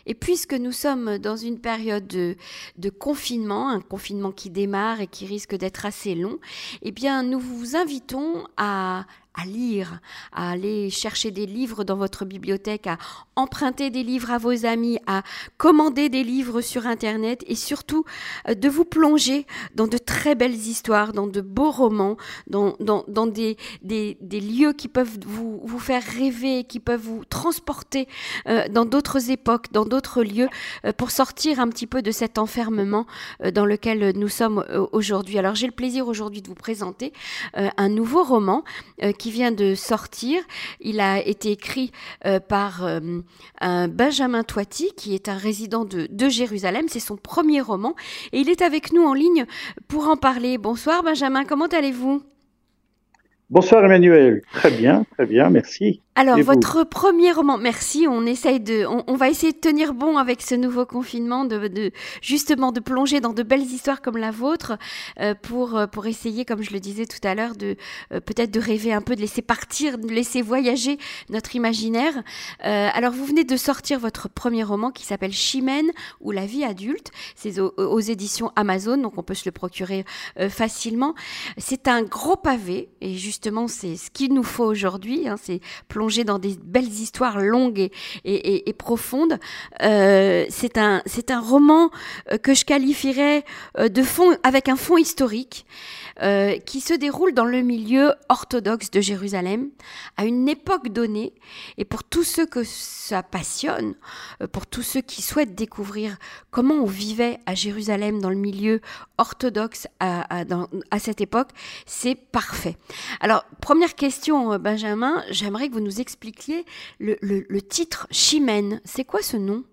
Et puisque nous sommes dans une période de confinement, un confinement qui démarre et qui risque d'être assez long, eh bien, nous vous invitons à lire, à aller chercher des livres dans votre bibliothèque, à emprunter des livres à vos amis, à commander des livres sur Internet et surtout de vous plonger dans de très belles histoires, dans de beaux romans, dans des lieux qui peuvent vous faire rêver, qui peuvent vous transporter dans d'autres époques, dans d'autres lieux, pour sortir un petit peu de cet enfermement dans lequel nous sommes aujourd'hui. Alors j'ai le plaisir aujourd'hui de vous présenter un nouveau roman qui vient de sortir. Il a été écrit par un Benjamin Toiti, qui est un résident de Jérusalem. C'est son premier roman et il est avec nous en ligne pour en parler. Bonsoir Benjamin, comment allez-vous? Bonsoir Emmanuel, très bien, merci. Alors, Et vous? votre premier roman, merci, on va essayer de tenir bon avec ce nouveau confinement, justement de plonger dans de belles histoires comme la vôtre, pour essayer, comme je le disais tout à l'heure, peut-être de rêver un peu, de laisser partir, de laisser voyager notre imaginaire. Alors, vous venez de sortir votre premier roman qui s'appelle Chimène ou La vie adulte. C'est aux éditions Amazon, donc on peut se le procurer facilement. C'est un gros pavé, et justement, c'est ce qu'il nous faut aujourd'hui, hein, c'est plonger dans des belles histoires longues et profondes. C'est un roman que je qualifierais de fond, avec un fond historique, qui se déroule dans le milieu orthodoxe de Jérusalem, à une époque donnée. Et pour tous ceux que ça passionne, pour tous ceux qui souhaitent découvrir comment on vivait à Jérusalem dans le milieu orthodoxe à cette époque, c'est parfait. Alors, première question, Benjamin, j'aimerais que vous nous expliquiez le titre Chimène. C'est quoi ce nom?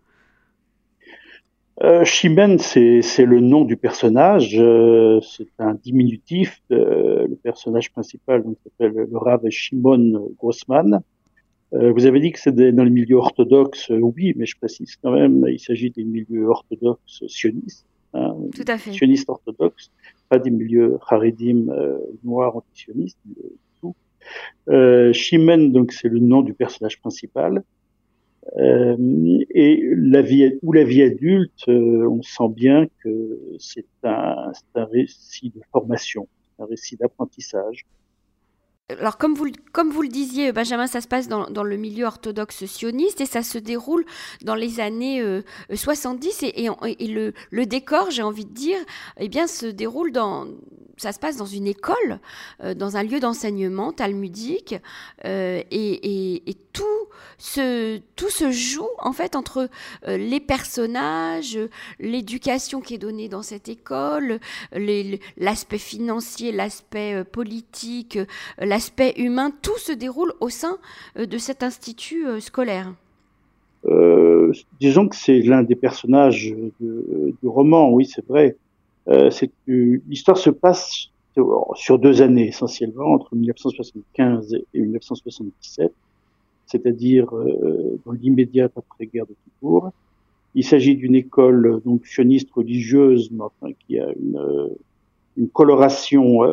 Chimène, c'est le nom du personnage, c'est un diminutif. Le personnage principal donc, s'appelle le Rav Shimon Grossman. Vous avez dit que c'est dans les milieux orthodoxes, oui, mais je précise quand même, il s'agit des milieux orthodoxes sionistes, hein, Tout à fait. sionistes orthodoxes, pas des milieux haredim noirs antisionistes du tout. Chimène, donc c'est le nom du personnage principal. Euh, et la vie adulte, on sent bien que c'est un récit de formation, un récit d'apprentissage. Alors, comme vous le disiez, Benjamin, ça se passe dans le milieu orthodoxe sioniste et ça se déroule dans les années 70 et le décor, j'ai envie de dire, eh bien, ça se passe dans une école, dans un lieu d'enseignement talmudique et tout se joue en fait entre les personnages, l'éducation qui est donnée dans cette école, l'aspect financier, l'aspect politique, l'aspect humain, tout se déroule au sein de cet institut scolaire. Disons que c'est l'un des personnages du roman, oui, c'est vrai. L'histoire se passe sur 2 années essentiellement, entre 1975 et 1977, c'est-à-dire dans l'immédiate après-guerre de Kippour. Il s'agit d'une école donc sioniste religieuse, mais enfin, qui a une coloration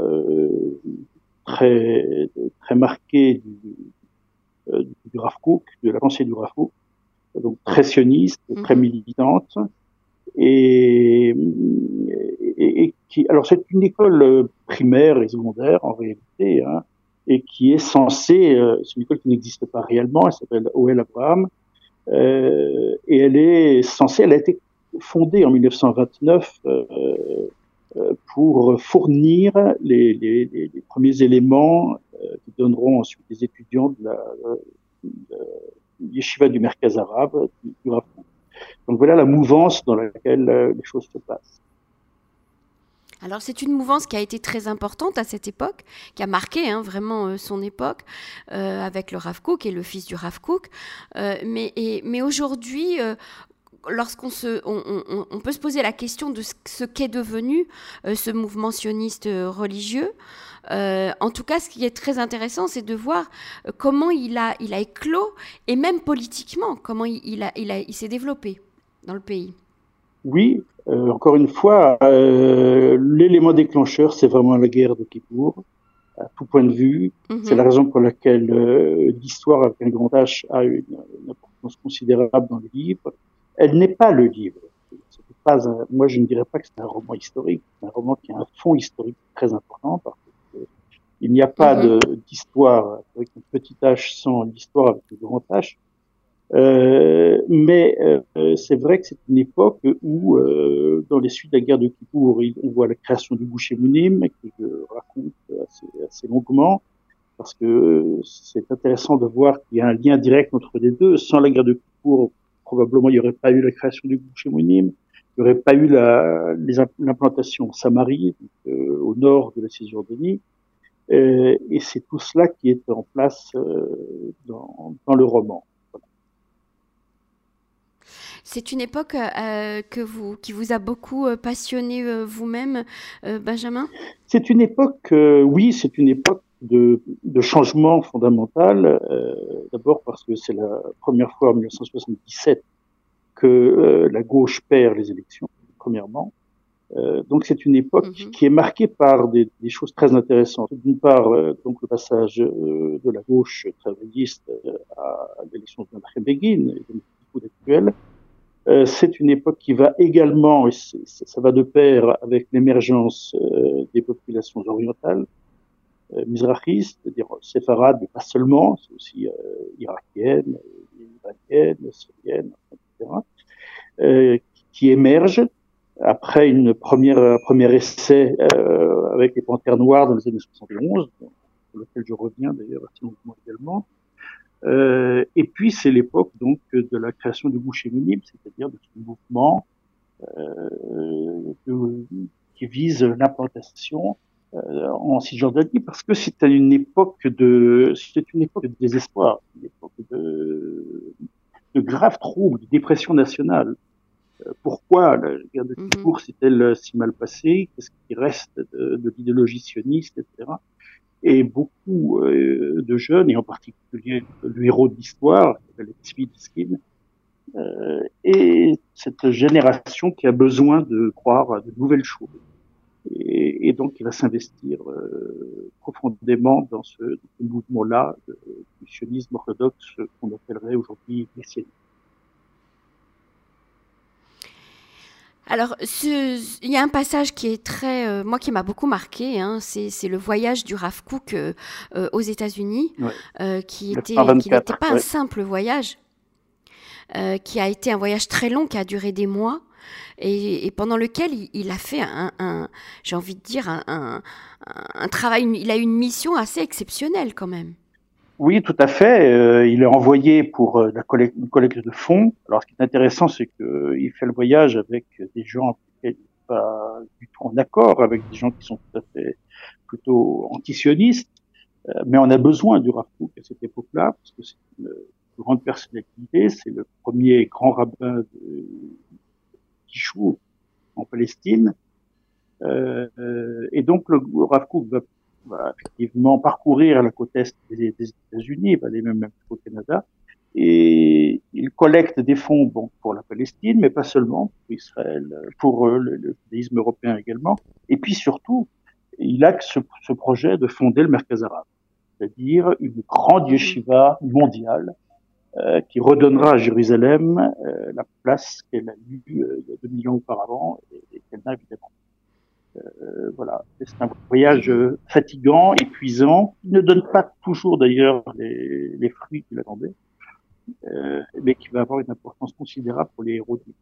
très très marquée du Rav Kook, de la pensée du Rav Kook, donc très sioniste, très Mhm. militante, et, alors c'est une école primaire et secondaire en réalité, hein, et qui est censée, c'est une école qui n'existe pas réellement, elle s'appelle Ohel Abraham, et elle a été fondée en 1929 pour fournir les premiers éléments qui donneront ensuite les étudiants de yeshiva du Merkaz arabe, du Rav Kook. Donc voilà la mouvance dans laquelle les choses se passent. Alors c'est une mouvance qui a été très importante à cette époque, qui a marqué vraiment son époque, avec le Rav Kook et le fils du Rav Kook. Mais aujourd'hui, on peut se poser la question de ce qu'est devenu ce mouvement sioniste religieux. En tout cas, ce qui est très intéressant, c'est de voir comment il a éclos et même politiquement, comment il s'est développé dans le pays. Oui, encore une fois, l'élément déclencheur, c'est vraiment la guerre de Kippour, à tout point de vue. C'est la Mhm. raison pour laquelle l'histoire avec un grand H a une importance considérable dans le livre. Elle n'est pas le livre. Moi, je ne dirais pas que c'est un roman historique. C'est un roman qui a un fond historique très important parce que il n'y a pas Mhm. d'histoire avec un petit H sans l'histoire avec un grand H. Mais c'est vrai que c'est une époque où, dans les suites de la guerre de Kippour, on voit la création du Gush Emunim, que je raconte assez longuement, parce que c'est intéressant de voir qu'il y a un lien direct entre les deux. Sans la guerre de Kippour, probablement, il n'y aurait pas eu la création du Gush Emunim, il n'y aurait pas eu l'implantation en Samarie, donc, au nord de la Cisjordanie. Et c'est tout cela qui est en place dans le roman. C'est une époque qui vous a beaucoup passionné vous-même, Benjamin. C'est une époque, oui, c'est une époque de changement fondamental. D'abord parce que c'est la première fois en 1977 que la gauche perd les élections, premièrement. Donc c'est une époque Mhm. qui est marquée par des choses très intéressantes. D'une part, donc le passage de la gauche travailliste à l'élection de Menachem Begin et de l'époque actuelle. C'est une époque qui va également, et ça va de pair avec l'émergence des populations orientales, mizrahis, c'est-à-dire séfarades, mais pas seulement, c'est aussi irakiennes, iraniennes, syriennes, etc., qui émergent après un premier essai avec les Panthères Noires dans les années 71, sur lequel je reviens d'ailleurs assez longuement également. Et puis c'est l'époque donc de la création du Gush Emunim, c'est-à-dire de ce mouvement qui vise l'implantation en Cisjordanie parce que c'était une époque de désespoir, une époque de graves troubles, de dépression nationale. Pourquoi la guerre de Mhm. Kippour s'est-elle si mal passée? Qu'est-ce qui reste de l'idéologie sioniste, etc. Et beaucoup de jeunes, et en particulier le héros de l'histoire, qui s'appelle Tzvi Diskin, et cette génération qui a besoin de croire à de nouvelles choses. Et donc, il va s'investir profondément dans ce mouvement-là du sionisme orthodoxe qu'on appellerait aujourd'hui messianique. Alors, il y a un passage qui est très, moi qui m'a beaucoup marqué, hein, c'est le voyage du Rav Kook aux États-Unis, Ouais. qui n'était 1924, pas un ouais. simple voyage, qui a été un voyage très long, qui a duré des mois, et pendant lequel il a fait j'ai envie de dire, un travail, il a eu une mission assez exceptionnelle quand même. Oui, tout à fait. Il est envoyé pour une collecte de fonds. Alors, ce qui est intéressant, c'est qu'il fait le voyage avec des gens avec lesquels il n'est pas du tout en accord, avec des gens qui sont tout à fait plutôt antisionistes. Mais on a besoin du Rav Kook à cette époque-là, parce que c'est une grande personnalité. C'est le premier grand rabbin de Kishou en Palestine. Et donc, le Rav Kook va effectivement parcourir la côte est des États-Unis, il va aller même au Canada, et il collecte des fonds bon, pour la Palestine, mais pas seulement, pour Israël, pour le judaïsme européen également. Et puis surtout, il a ce projet de fonder le Merkaz arabe, c'est-à-dire une grande Mhm. yeshiva mondiale qui redonnera à Jérusalem la place qu'elle a eue il y a 2 millions auparavant et qu'elle n'a évidemment. Voilà, c'est un voyage Mhm. fatigant, épuisant, qui ne donne pas toujours d'ailleurs les fruits qu'il attendait, mais qui va avoir une importance considérable pour les héros de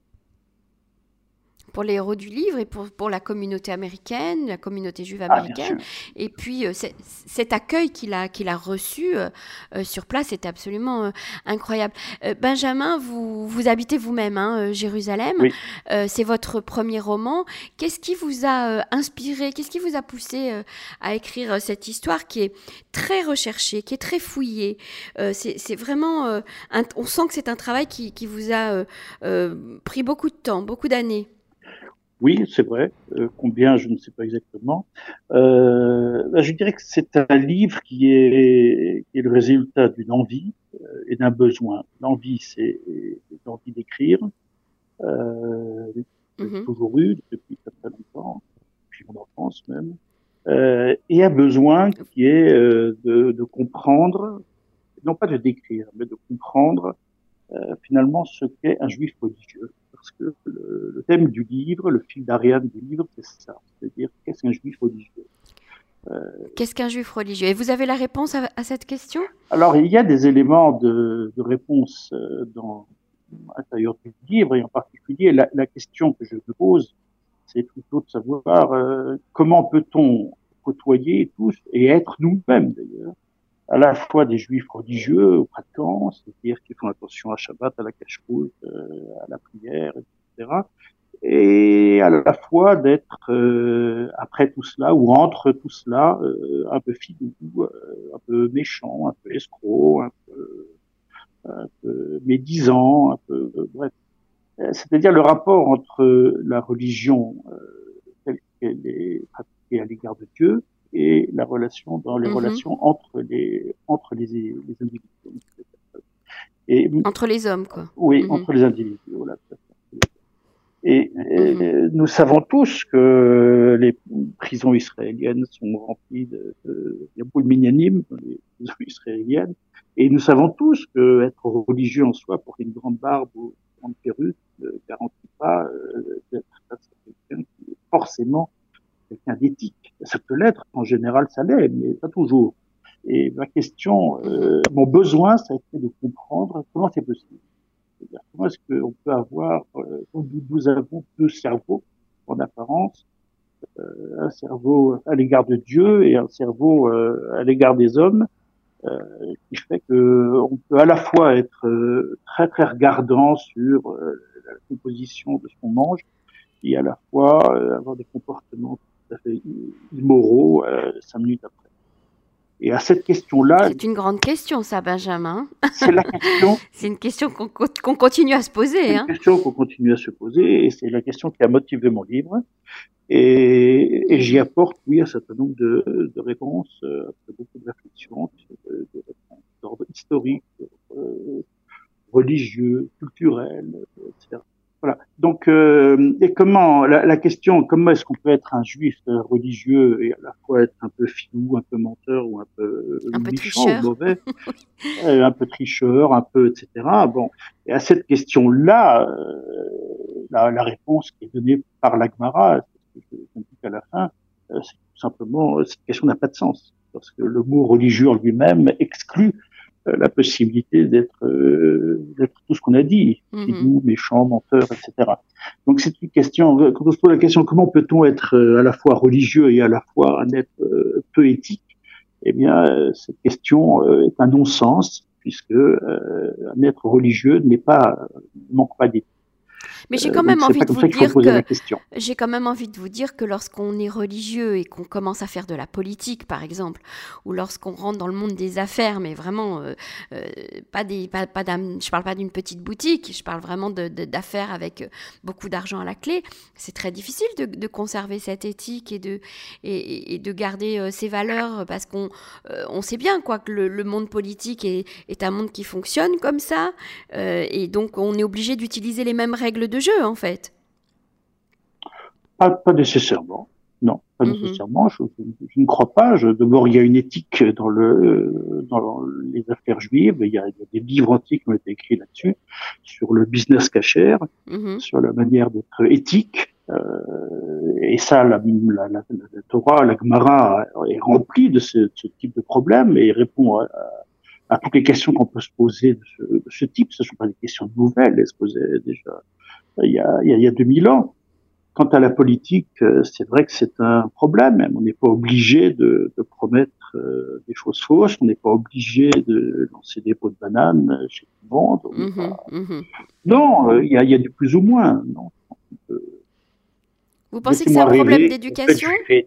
Pour les héros du livre et pour la communauté américaine, la communauté juive Ah, bien américaine. sûr. Et puis cet accueil qu'il a reçu sur place était absolument incroyable. Benjamin, vous habitez vous-même hein, Jérusalem. Oui. C'est votre premier roman. Qu'est-ce qui vous a inspiré? Qu'est-ce qui vous a poussé à écrire cette histoire qui est très recherchée, qui est très fouillée? C'est vraiment... on sent que c'est un travail qui vous a pris beaucoup de temps, beaucoup d'années. Oui, c'est vrai. Combien, je ne sais pas exactement. Je dirais que c'est un livre qui est le résultat d'une envie et d'un besoin. L'envie, c'est l'envie d'écrire, que j'ai Mhm. toujours eu depuis très très longtemps, depuis mon enfance même. Et un besoin qui est de comprendre, non pas de décrire, mais de comprendre finalement ce qu'est un juif religieux. Parce que le thème du livre, le fil d'Ariane du livre, c'est ça. C'est-à-dire, qu'est-ce qu'un juif religieux? Qu'est-ce qu'un juif religieux? Et vous avez la réponse à cette question? Alors, il y a des éléments de réponse à l'intérieur du livre, et en particulier, la question que je me pose, c'est plutôt de savoir comment peut-on côtoyer tous et être nous-mêmes d'ailleurs, à la fois des juifs religieux ou pratiquants, c'est-à-dire qui font attention à Shabbat, à la cache-route, à la prière, etc. Et à la fois d'être après tout cela ou entre tout cela un peu filou, un peu méchant, un peu escroc, un peu médisant, un peu bref. C'est-à-dire le rapport entre la religion telle qu'elle est pratiquée à l'égard de Dieu et la relation dans les Mhm. relations entre les individus. Et Entre les hommes, quoi. oui, Mhm. entre les individus. Voilà. Et Mhm. nous savons tous que les prisons israéliennes sont remplies il y a beaucoup de minyanim dans les prisons israéliennes. Et nous savons tous que être religieux en soi, pour une grande barbe ou une grande perruque, ne garantit pas d'être face à quelqu'un qui est forcément quelqu'un d'éthique. Ça peut l'être, en général ça l'est, mais pas toujours. Et ma question, Mhm. mon besoin, ça a été de comprendre comment c'est possible. C'est-à-dire, comment est-ce qu'on peut avoir, nous avons deux cerveaux en apparence, un cerveau à l'égard de Dieu et un cerveau à l'égard des hommes, qui fait que on peut à la fois être très très regardant sur la composition de ce qu'on mange et à la fois avoir des comportements tout à fait immoraux 5 minutes après. Et à cette question-là, C'est une grande question, ça, Benjamin. c'est la question C'est une question qu'on continue à se c'est poser, une hein. question qu'on continue à se poser et c'est la question qui a motivé mon livre. Et j'y Mhm. apporte, oui, un certain nombre de réponses, après beaucoup de réflexions, de réponses d'ordre historique, religieux, culturel, etc. Voilà. Donc, et comment la question, comment est-ce qu'on peut être un juif religieux et à la fois être un peu filou, un peu menteur ou un peu Un peu méchant ou tricheur. mauvais, un peu tricheur, un peu, etc. Bon, et à cette question-là, la réponse qui est donnée par l'Agmara, c'est ce que je indique à la fin, c'est tout simplement, cette question n'a pas de sens. Parce que le mot religieux en lui-même exclut la possibilité d'être tout ce qu'on a dit, Mhm. filou, méchant, menteur, etc. Donc c'est une question, quand on se pose la question comment peut-on être à la fois religieux et à la fois un être peu éthique, eh bien, cette question est un non-sens, puisque un être religieux ne manque pas d'éthique. Mais j'ai quand Donc, même c'est envie pas de comme vous ça qu'il faut dire poser la que question. j'ai quand même envie de vous dire que lorsqu'on est religieux et qu'on commence à faire de la politique, par exemple, ou lorsqu'on rentre dans le monde des affaires, mais vraiment euh, je parle pas d'une petite boutique, je parle vraiment d'affaires avec beaucoup d'argent à la clé. C'est très difficile de conserver cette éthique et de garder ces valeurs parce on sait bien quoi que le monde politique est un monde qui fonctionne comme ça et donc on est obligé d'utiliser les mêmes règles de jeu en fait. Pas nécessairement. Non, pas Mhm. nécessairement. Je ne crois pas. D'abord, il y a une éthique dans les affaires juives. Il y a des livres entiers qui ont été écrits là-dessus, sur le business kasher, Mhm. sur la manière d'être éthique. Et ça, la Torah, la Gemara est remplie de ce type de problème et répond à toutes les questions qu'on peut se poser de ce type. Ce ne sont pas des questions nouvelles. Elles se posaient déjà il y a 2000 ans. Quant à la politique, c'est vrai que c'est un problème. On n'est pas obligé de promettre des choses fausses. On n'est pas obligé de lancer des pots de banane chez tout le monde. On n'est Mhm. pas. Mhm. Non, il y a du plus ou moins. Non. Vous pensez que c'est un Laissez-moi problème rêver. En fait, je d'éducation? fais.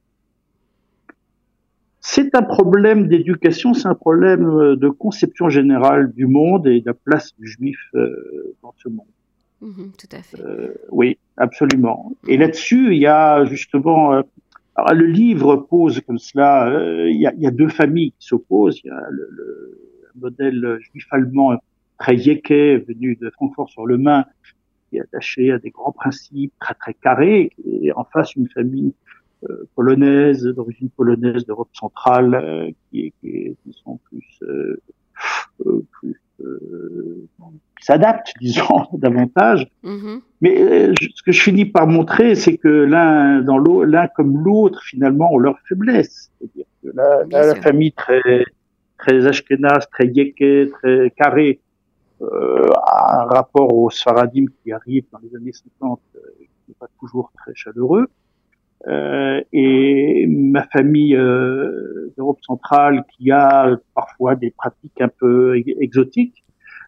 C'est un problème d'éducation. C'est un problème de conception générale du monde et de la place du juif dans ce monde. Mhm, tout à fait. Oui, absolument. Et Mhm. là-dessus, il y a justement, alors le livre pose comme cela, il y a deux familles qui s'opposent. Il y a le modèle juif allemand très yéké, venu de Francfort-sur-le-Main, qui est attaché à des grands principes très très carrés, et en face une famille polonaise, d'origine polonaise, d'Europe centrale, qui sont plus qui s'adaptent, disons, davantage. Mais ce que je finis par montrer, c'est que l'un comme l'autre, finalement, ont leurs faiblesses. C'est-à-dire que la famille très ashkénaze, très yéké, très carrée, a un rapport aux Sfaradim qui arrive dans les années 50, qui n'est pas toujours très chaleureux. Et ma famille d'Europe centrale qui a parfois des pratiques un peu exotiques,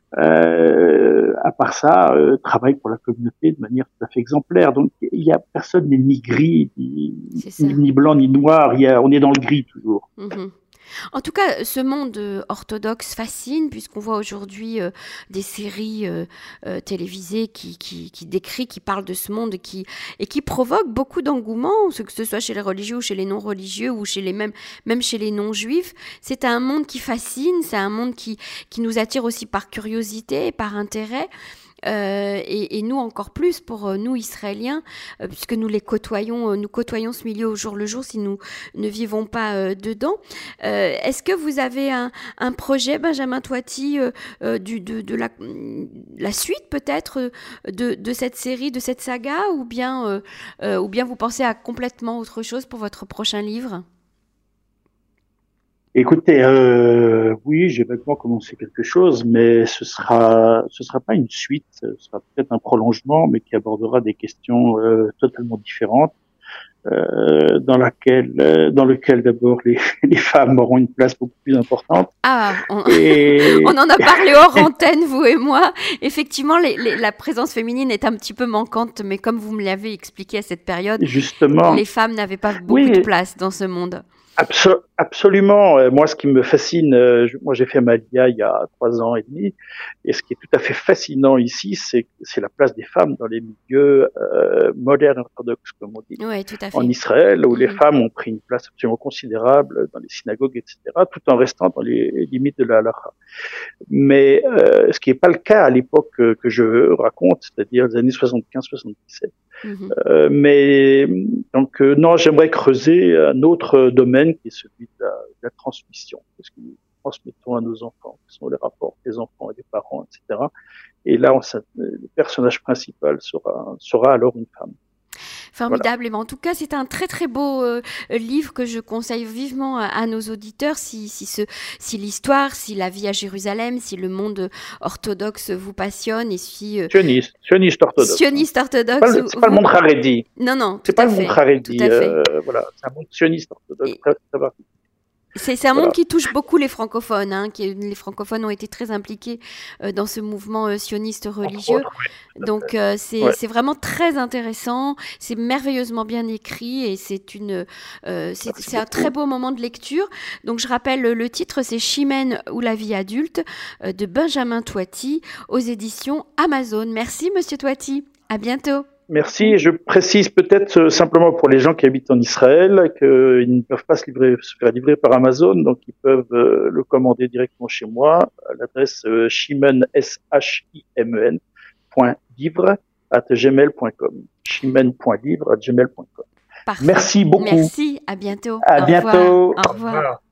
à part ça, travaille pour la communauté de manière tout à fait exemplaire. Donc il y a personne n'est ni gris, ni blanc, ni noir. On est dans le gris toujours. En tout cas, ce monde orthodoxe fascine, puisqu'on voit aujourd'hui des séries télévisées qui décrivent, qui parlent de ce monde et qui provoquent beaucoup d'engouement, que ce soit chez les religieux ou chez les non-religieux ou même chez les non-juifs. C'est un monde qui fascine, c'est un monde qui nous attire aussi par curiosité et par intérêt. Et nous encore plus pour nous Israéliens, puisque nous nous côtoyons ce milieu au jour le jour si nous ne vivons pas dedans. Est-ce que vous avez un projet, Benjamin Toiti, de la suite peut-être de cette série, de cette saga, ou bien vous pensez à complètement autre chose pour votre prochain livre ? Écoutez, oui, j'ai vaguement commencé quelque chose, mais ce sera pas une suite, ce sera peut-être un prolongement, mais qui abordera des questions totalement différentes, dans lequel d'abord les femmes auront une place beaucoup plus importante. Ah, on en a parlé hors antenne, vous et moi. Effectivement, la présence féminine est un petit peu manquante, mais comme vous me l'avez expliqué à cette période, justement, les femmes n'avaient pas beaucoup de place dans ce monde. Absolument. Moi, ce qui me fascine, moi j'ai fait Malia il y a 3 ans et demi, et ce qui est tout à fait fascinant ici, c'est la place des femmes dans les milieux modernes orthodoxes, comme on dit, tout à fait. en Israël, où les femmes ont pris une place absolument considérable dans les synagogues, etc., tout en restant dans les limites de la halakha. Mais ce qui n'est pas le cas à l'époque que je raconte, c'est-à-dire les années 75-77. Mais donc non, j'aimerais creuser un autre domaine qui est celui de la transmission, parce que nous transmettons à nos enfants, ce sont les rapports des enfants et des parents, etc. Et là, le personnage principal sera alors une femme. Formidable. Voilà. En tout cas, c'est un très très beau livre que je conseille vivement à nos auditeurs. Si l'histoire, si la vie à Jérusalem, si le monde orthodoxe vous passionne et si sioniste orthodoxe. Sioniste orthodoxe. C'est pas le monde Haredi. Non. C'est pas le monde Haredi. Voilà, c'est un monde sioniste orthodoxe. C'est un monde qui touche beaucoup les francophones. Les francophones ont été très impliqués dans ce mouvement sioniste religieux. Donc, c'est vraiment très intéressant. C'est merveilleusement bien écrit et c'est un très beau moment de lecture. Donc, je rappelle, le titre, c'est Chimène ou la vie adulte de Benjamin Toiti aux éditions Amazon. Merci, Monsieur Toiti. À bientôt. Merci. Je précise peut-être simplement pour les gens qui habitent en Israël qu'ils ne peuvent pas se faire livrer par Amazon, donc ils peuvent le commander directement chez moi à l'adresse chimen, chimen.livre@gmail.com. chimen.livre@gmail.com. Parfait. Merci beaucoup. Merci. À bientôt. À bientôt. Au revoir.